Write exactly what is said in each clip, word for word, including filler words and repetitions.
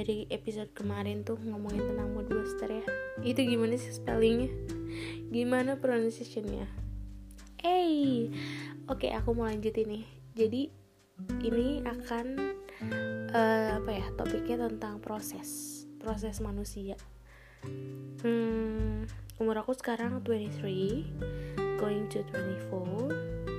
dari episode kemarin tuh ngomongin tentang mood booster ya. Itu gimana sih spellingnya? Gimana pronunciationnya? Eh, oke okay, aku mau lanjut ini. Jadi ini akan uh, apa ya? Topiknya tentang proses, proses manusia. Hmm, umur aku sekarang twenty-three, going to twenty-four.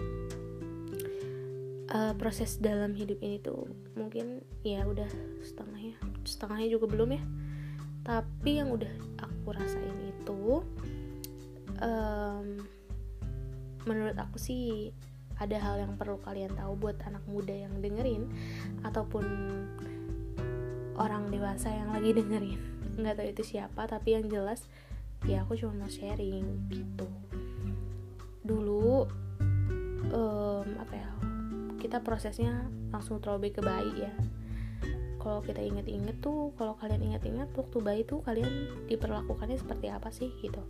Uh, proses dalam hidup ini tuh mungkin ya udah setengahnya, setengahnya juga belum ya. Tapi yang udah aku rasain itu, um, menurut aku sih ada hal yang perlu kalian tahu buat anak muda yang dengerin ataupun orang dewasa yang lagi dengerin. Nggak tahu itu siapa, tapi yang jelas ya aku cuma mau sharing gitu. Dulu um, apa ya? kita prosesnya langsung throwback ke bayi ya. Kalau kita inget-inget tuh, kalau kalian inget-inget waktu bayi tuh kalian diperlakukannya seperti apa sih gitu?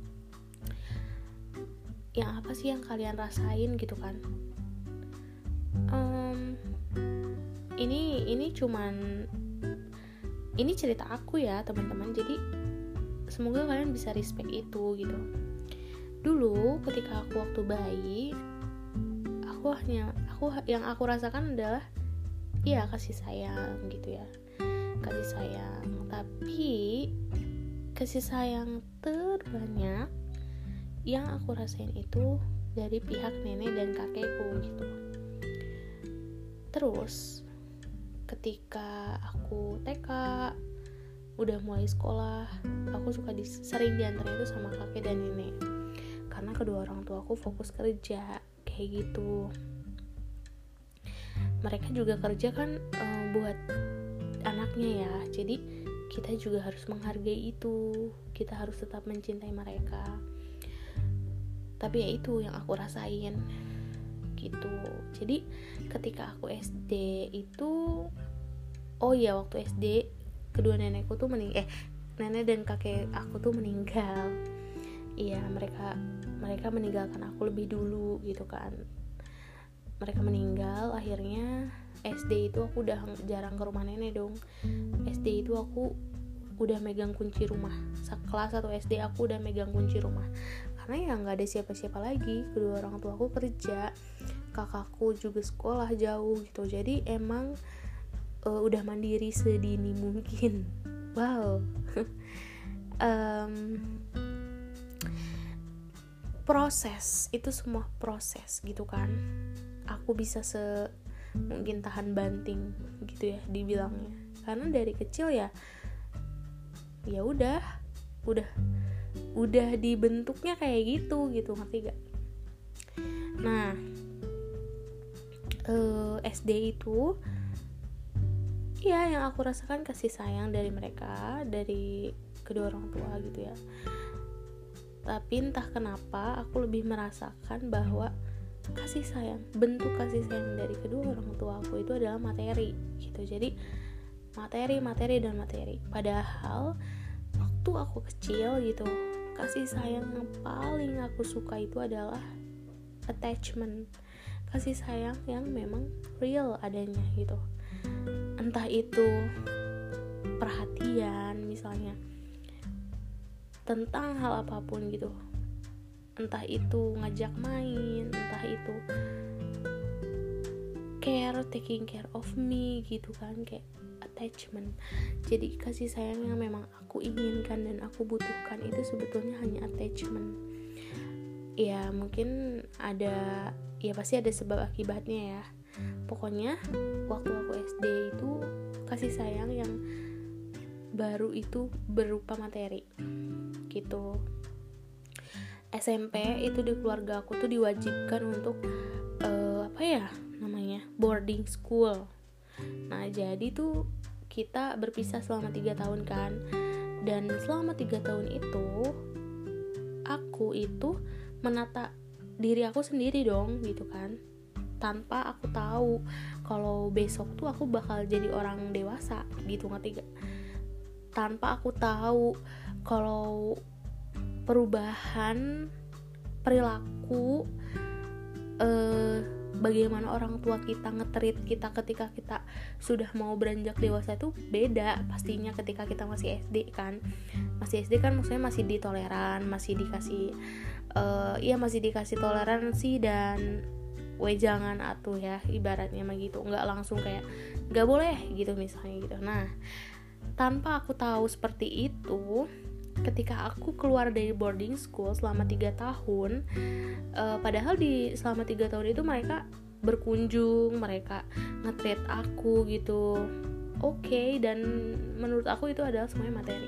Yang apa sih yang kalian rasain gitu kan? Um, ini ini cuman ini cerita aku ya teman-teman. Jadi semoga kalian bisa respect itu gitu. Dulu ketika aku waktu bayi, aku hanya aku yang aku rasakan adalah ya kasih sayang gitu ya, kasih sayang. Tapi kasih sayang terbanyak yang aku rasain itu dari pihak nenek dan kakekku gitu. Terus ketika aku T K udah mulai sekolah, aku suka di, sering diantarin itu sama kakek dan nenek karena kedua orang tua aku fokus kerja kayak gitu. Mereka juga kerja kan um, buat anaknya ya. Jadi kita juga harus menghargai itu. Kita harus tetap mencintai mereka. Tapi ya itu yang aku rasain gitu. Jadi ketika aku S D itu, oh ya waktu S D kedua nenekku tuh mening eh nenek dan kakek aku tuh meninggal. Iya, mereka mereka meninggalkan aku lebih dulu gitu kan. Mereka meninggal, akhirnya S D itu aku udah jarang ke rumah nenek dong. S D itu aku udah megang kunci rumah. Kelas satu S D aku udah megang kunci rumah. Karena ya gak ada siapa-siapa lagi. Kedua orang tua aku kerja, kakakku juga sekolah jauh gitu. Jadi emang uh, udah mandiri sedini mungkin. Wow. um, proses, itu semua proses gitu kan. Aku bisa se mungkin tahan banting gitu ya dibilangnya, karena dari kecil ya ya udah udah udah dibentuknya kayak gitu gitu, ngerti gak? Nah eh, S D itu ya yang aku rasakan kasih sayang dari mereka, dari kedua orang tua gitu ya. Tapi entah kenapa aku lebih merasakan bahwa kasih sayang, bentuk kasih sayang dari kedua orang tua aku itu adalah materi gitu. Jadi materi, materi, dan materi. Padahal waktu aku kecil gitu, kasih sayang yang paling aku suka itu adalah attachment. Kasih sayang yang memang real adanya gitu. Entah itu perhatian misalnya tentang hal apapun gitu. Entah itu ngajak main, entah itu care, taking care of me gitu kan, kayak attachment. Jadi kasih sayang yang memang aku inginkan dan aku butuhkan itu sebetulnya hanya attachment. Ya mungkin ada, ya pasti ada sebab akibatnya ya. Pokoknya waktu aku S D itu kasih sayang yang baru itu berupa materi gitu. S M P itu di keluarga aku tuh diwajibkan untuk uh, apa ya namanya, boarding school. Nah jadi tuh kita berpisah selama tiga tahun kan. Dan selama tiga tahun itu aku itu menata diri aku sendiri dong gitu kan, tanpa aku tahu kalau besok tuh aku bakal jadi orang dewasa gitu, ngerti gak? Tanpa aku tahu kalau perubahan perilaku eh, bagaimana orang tua kita nge-treat kita ketika kita sudah mau beranjak dewasa itu beda pastinya ketika kita masih S D kan. Masih S D kan maksudnya masih ditoleran, masih dikasih uh, ya masih dikasih toleransi dan wejangan atuh ya ibaratnya mah gitu, nggak langsung kayak nggak boleh gitu misalnya gitu. Nah, tanpa aku tahu seperti itu, ketika aku keluar dari boarding school selama tiga tahun, uh, padahal di selama tiga tahun itu mereka berkunjung, mereka nge-treat aku gitu, oke, okay, dan menurut aku itu adalah semuanya materi.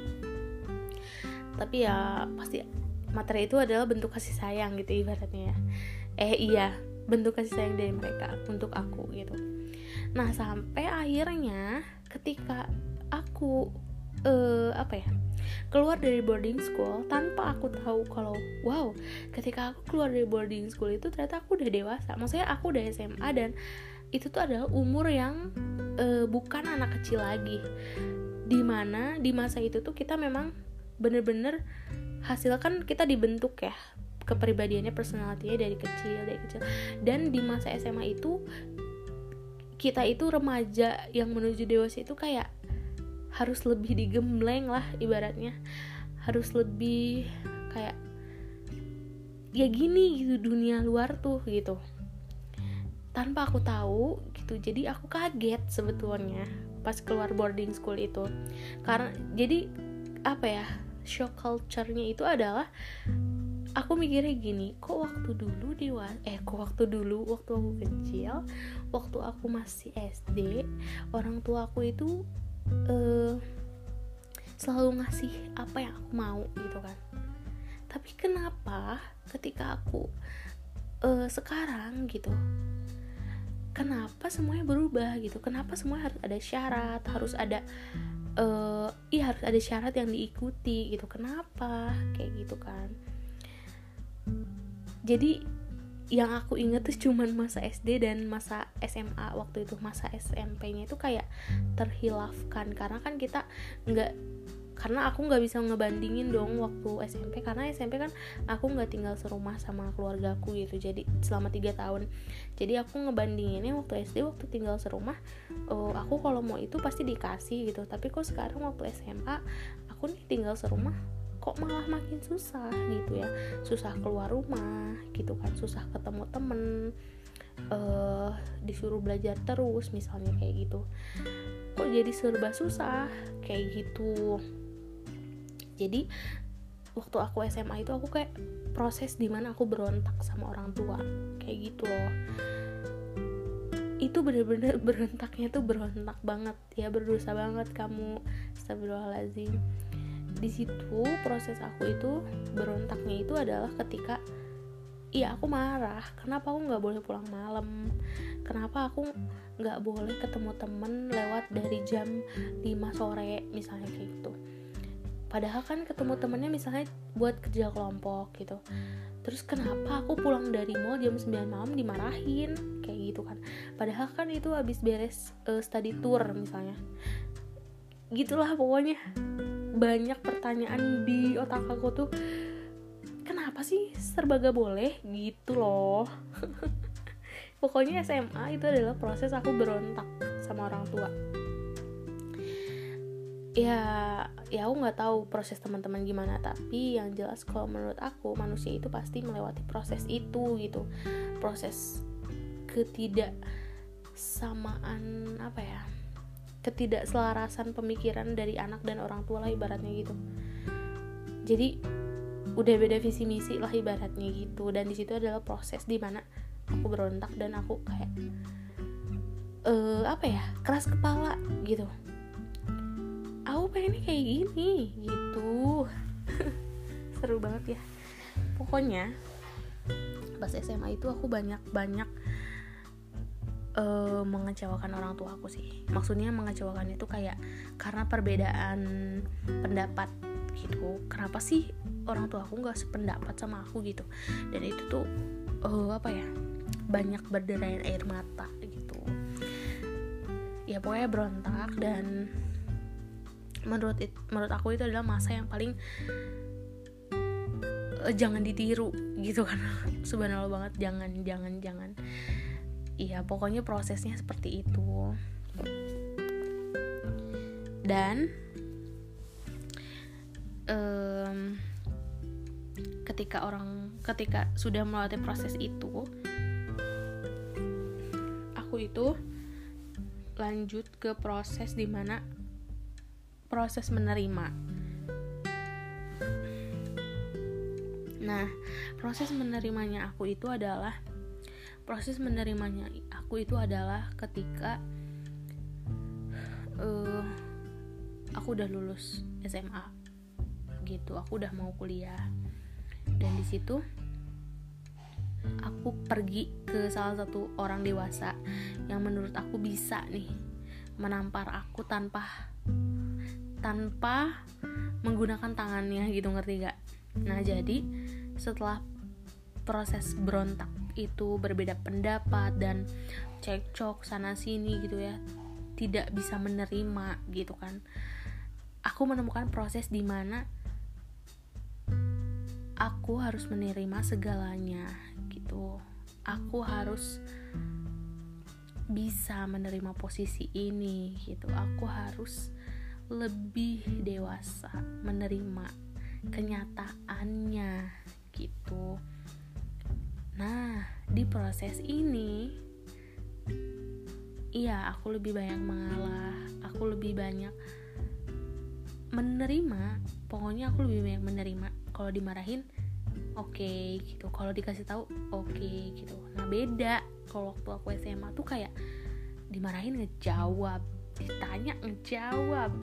Tapi ya pasti materi itu adalah bentuk kasih sayang gitu ibaratnya ya. Eh iya, bentuk kasih sayang dari mereka untuk aku gitu. Nah, sampai akhirnya ketika aku uh, apa ya keluar dari boarding school tanpa aku tahu kalau wow, ketika aku keluar dari boarding school itu ternyata aku udah dewasa. Maksudnya aku udah S M A dan itu tuh adalah umur yang uh, bukan anak kecil lagi. Dimana di masa itu tuh kita memang bener-bener hasil kan kita dibentuk ya kepribadiannya, personality-nya dari kecil dari kecil. Dan di masa S M A itu kita itu remaja yang menuju dewasa itu kayak harus lebih digembleng lah ibaratnya, harus lebih kayak ya gini gitu dunia luar tuh gitu, tanpa aku tahu gitu. Jadi aku kaget sebetulnya pas keluar boarding school itu, karena jadi apa ya, shock culture-nya itu adalah aku mikirnya gini, kok waktu dulu dewa eh kok waktu dulu waktu aku kecil, waktu aku masih S D, orang tua aku itu Uh, selalu ngasih apa yang aku mau gitu kan. Tapi kenapa ketika aku uh, sekarang gitu, kenapa semuanya berubah gitu? Kenapa semua harus ada syarat, harus ada uh, iya harus ada syarat yang diikuti gitu? Kenapa kayak gitu kan? Jadi yang aku inget tuh cuman masa S D dan masa S M A. Waktu itu masa S M P-nya itu kayak terhilafkan karena kan kita nggak, karena aku nggak bisa ngebandingin dong waktu S M P, karena S M P kan aku nggak tinggal serumah sama keluargaku gitu, jadi selama tiga tahun. Jadi aku ngebandinginnya waktu S D, waktu tinggal serumah, uh, aku kalau mau itu pasti dikasih gitu. Tapi kok sekarang waktu S M A aku nih tinggal serumah kok malah makin susah gitu ya, susah keluar rumah gitu kan, susah ketemu temen, uh, disuruh belajar terus misalnya kayak gitu, kok jadi serba susah kayak gitu. Jadi waktu aku S M A itu aku kayak proses dimana aku berontak sama orang tua kayak gitu loh. Itu bener-bener berontaknya tuh berontak banget ya, berdosa banget kamu, astagfirullahaladzim. Di situ proses aku itu berontaknya itu adalah ketika iya aku marah, kenapa aku nggak boleh pulang malam, kenapa aku nggak boleh ketemu temen lewat dari jam lima sore misalnya kayak gitu. Padahal kan ketemu temennya misalnya buat kerja kelompok gitu. Terus kenapa aku pulang dari mall jam sembilan malam dimarahin kayak gitu kan, padahal kan itu habis beres uh, study tour misalnya. Gitulah pokoknya banyak pertanyaan di otak aku tuh, kenapa sih serba gak boleh gitu loh. Pokoknya S M A itu adalah proses aku berontak sama orang tua. Ya, ya aku nggak tahu proses teman-teman gimana, tapi yang jelas kalau menurut aku manusia itu pasti melewati proses itu gitu, proses ketidaksamaan apa ya, ketidakselarasan pemikiran dari anak dan orang tua lah ibaratnya gitu. Jadi udah beda visi misi lah ibaratnya gitu, dan di situ adalah proses dimana aku berontak dan aku kayak uh, apa ya keras kepala gitu. Aku pengennya kayak gini gitu. Seru banget ya. Pokoknya pas S M A itu aku banyak-banyak Uh, mengecewakan orang tua aku sih. Maksudnya mengecewakan itu kayak karena perbedaan pendapat gitu. Kenapa sih orang tua aku nggak sependapat sama aku gitu? Dan itu tuh uh, apa ya, banyak berderayan air mata gitu. Ya pokoknya berontak, dan menurut it, menurut aku itu adalah masa yang paling uh, jangan ditiru gitu kan. Subhanallah banget, jangan jangan jangan Iya, pokoknya prosesnya seperti itu. Dan um, ketika orang ketika sudah melewati proses itu, aku itu lanjut ke proses dimana proses menerima. Nah, proses menerimanya aku itu adalah proses menerimanya aku itu adalah ketika uh, aku udah lulus S M A, gitu. Aku udah mau kuliah, dan di situ aku pergi ke salah satu orang dewasa yang menurut aku bisa nih menampar aku tanpa tanpa menggunakan tangannya, gitu, ngerti gak? Nah, jadi setelah proses berontak itu, berbeda pendapat dan cekcok sana sini gitu ya, tidak bisa menerima gitu kan, aku menemukan proses di mana aku harus menerima segalanya gitu. Aku harus bisa menerima posisi ini gitu. Aku harus lebih dewasa menerima kenyataannya gitu. Nah, di proses ini iya, aku lebih banyak mengalah, aku lebih banyak menerima. Pokoknya aku lebih banyak menerima. Kalau dimarahin, oke okay, gitu. Kalau dikasih tahu, oke okay, gitu. Nah, beda kalau waktu aku S M A tuh kayak dimarahin ngejawab, ditanya ngejawab,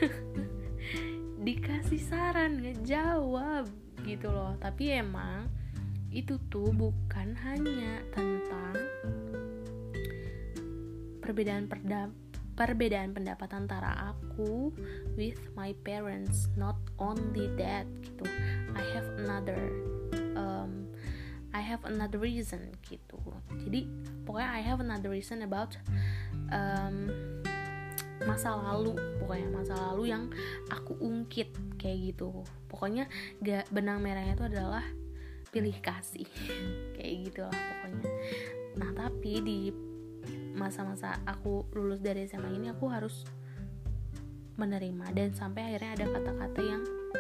dikasih saran ngejawab gitu loh. Tapi emang itu tuh bukan hanya tentang perbedaan pendapat perbedaan pendapat antara aku with my parents, not only that gitu. I have another um, I have another reason gitu. Jadi pokoknya I have another reason about um, masa lalu, pokoknya masa lalu yang aku ungkit kayak gitu. Pokoknya gak, benang merahnya itu adalah pilih kasih kayak gitulah pokoknya. Nah, tapi di masa-masa aku lulus dari S M A ini aku harus menerima, dan sampai akhirnya ada kata-kata yang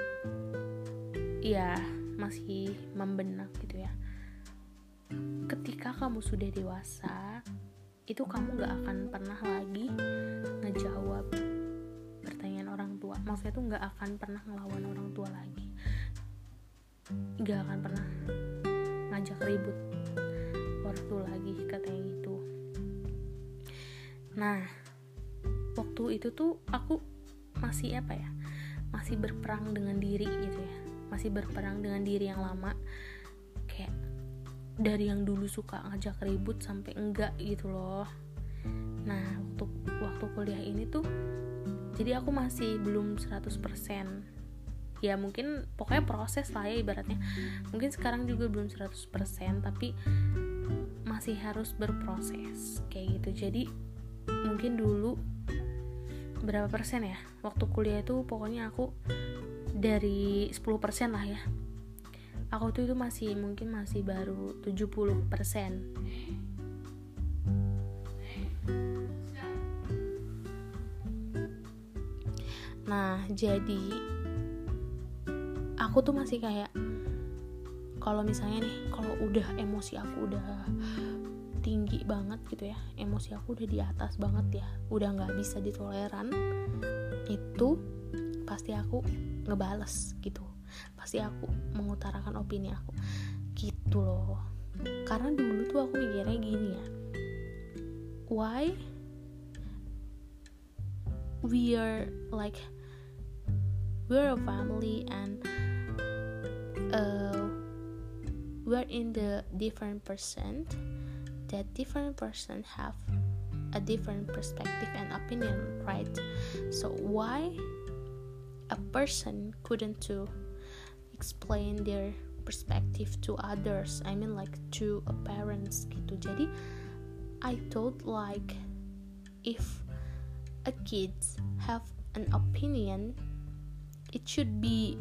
ya masih membenak gitu ya. Ketika kamu sudah dewasa, itu kamu gak akan pernah lagi ngejawab pertanyaan orang tua. Maksudnya tuh gak akan pernah ngelawan orang tua lagi, gak akan pernah ngajak ribut ortu lagi, katanya gitu. Nah, waktu itu tuh aku masih apa ya, masih berperang dengan diri gitu ya, masih berperang dengan diri yang lama, kayak dari yang dulu suka ngajak ribut sampai enggak gitu loh. Nah, waktu waktu kuliah ini tuh jadi aku masih belum seratus persen. Ya mungkin pokoknya proses lah ya ibaratnya. Mungkin sekarang juga belum seratus persen, tapi masih harus berproses kayak gitu. Jadi mungkin dulu berapa persen ya waktu kuliah itu, pokoknya aku dari sepuluh persen lah ya, aku tuh itu masih mungkin masih baru tujuh puluh persen. Nah, jadi aku tuh masih kayak, kalau misalnya nih, kalau udah emosi aku udah tinggi banget gitu ya, emosi aku udah di atas banget ya, udah nggak bisa ditoleran, itu pasti aku ngebales gitu, pasti aku mengutarakan opini aku gitu loh. Karena dulu tuh aku mikirnya gini ya, why we are like we're a family and uh, we're in the different percent, that different person have a different perspective and opinion, right? So why a person couldn't to explain their perspective to others, I mean like to a parents gitu. Jadi I thought like if a kids have an opinion, it should be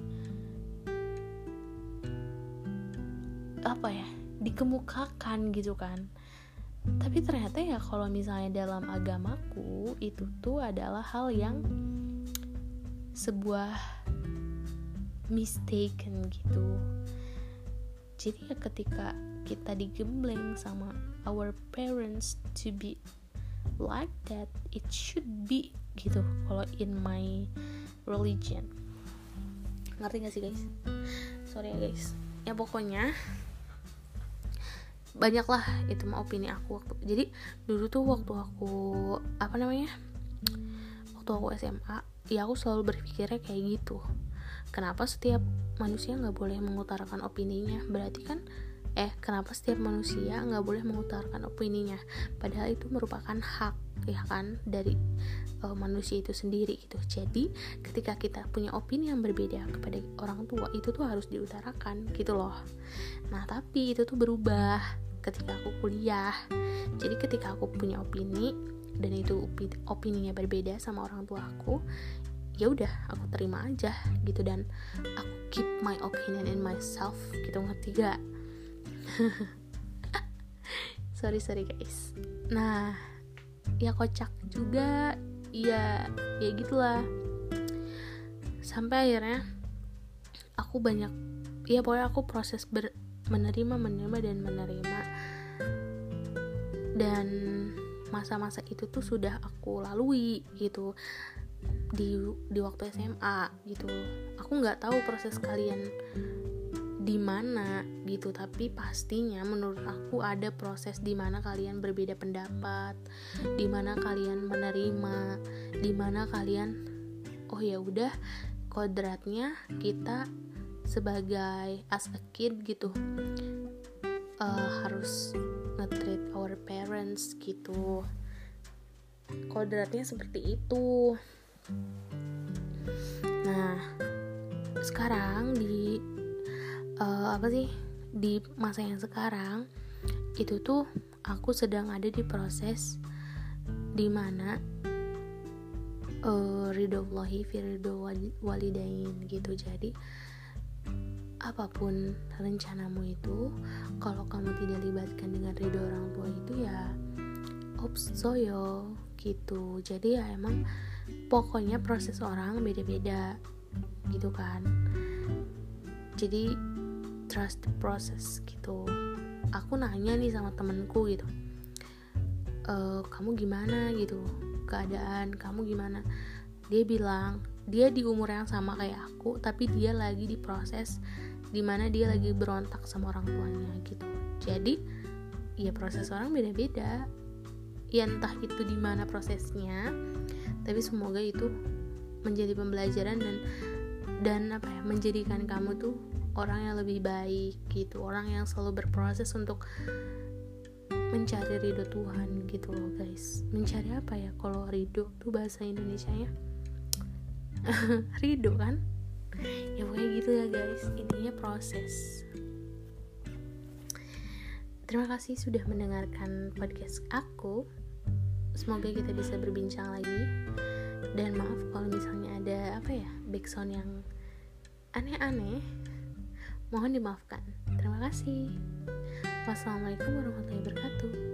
apa ya, dikemukakan gitu kan. Tapi ternyata ya kalau misalnya dalam agamaku itu tuh adalah hal yang sebuah mistaken gitu. Jadi ya ketika kita digembleng sama our parents to be like that, it should be gitu kalau in my religion. Ngerti gak sih guys? Sorry ya guys. Ya pokoknya banyak lah itu mah opini aku waktu. Jadi dulu tuh waktu aku apa namanya? Waktu aku S M A, ya aku selalu berpikirnya kayak gitu. Kenapa setiap manusia nggak boleh mengutarakan opininya? Berarti kan eh kenapa setiap manusia nggak boleh mengutarakan opininya? Padahal itu merupakan hak ya kan dari uh, manusia itu sendiri gitu. Jadi ketika kita punya opini yang berbeda kepada orang tua, itu tuh harus diutarakan gitu loh. Nah tapi itu tuh berubah ketika aku kuliah. Jadi ketika aku punya opini dan itu opininya berbeda sama orang tua aku, ya udah aku terima aja gitu, dan aku keep my opinion in myself gitu, ngerti gak? sorry sorry guys. Nah ya kocak juga ya, ya gitulah. Sampai akhirnya aku banyak, ya pokoknya aku proses ber, menerima menerima dan menerima, dan masa-masa itu tuh sudah aku lalui gitu di di waktu S M A gitu. Aku nggak tahu proses kalian di mana gitu, tapi pastinya menurut aku ada proses di mana kalian berbeda pendapat, di mana kalian menerima, di mana kalian oh ya udah kodratnya kita sebagai as a kid gitu uh, harus nge-treat our parents gitu. Kodratnya seperti itu. Nah, sekarang di uh, apa sih di masa yang sekarang itu tuh aku sedang ada di proses dimana uh, ridhollahi fi ridho walidain gitu. Jadi apapun rencanamu itu, kalau kamu tidak libatkan dengan ridho orang tua itu ya opsoyo gitu. Jadi ya emang pokoknya proses orang beda-beda gitu kan. Jadi trust the process gitu. Aku nanya nih sama temenku gitu, e, kamu gimana gitu, keadaan kamu gimana? Dia bilang dia di umur yang sama kayak aku, tapi dia lagi di proses dimana dia lagi berontak sama orang tuanya gitu. Jadi ya proses orang beda-beda. Ya entah itu di mana prosesnya, tapi semoga itu menjadi pembelajaran dan dan apa ya, menjadikan kamu tuh orang yang lebih baik gitu, orang yang selalu berproses untuk mencari ridho Tuhan gitu loh guys. Mencari apa ya kalau ridho tuh bahasa Indonesianya? Ridho kan? Ya pokoknya gitu ya guys, intinya proses. Terima kasih sudah mendengarkan podcast aku. Semoga kita bisa berbincang lagi. Dan maaf kalau misalnya ada apa ya, backsound yang aneh-aneh, mohon dimaafkan. Terima kasih. Wassalamualaikum warahmatullahi wabarakatuh.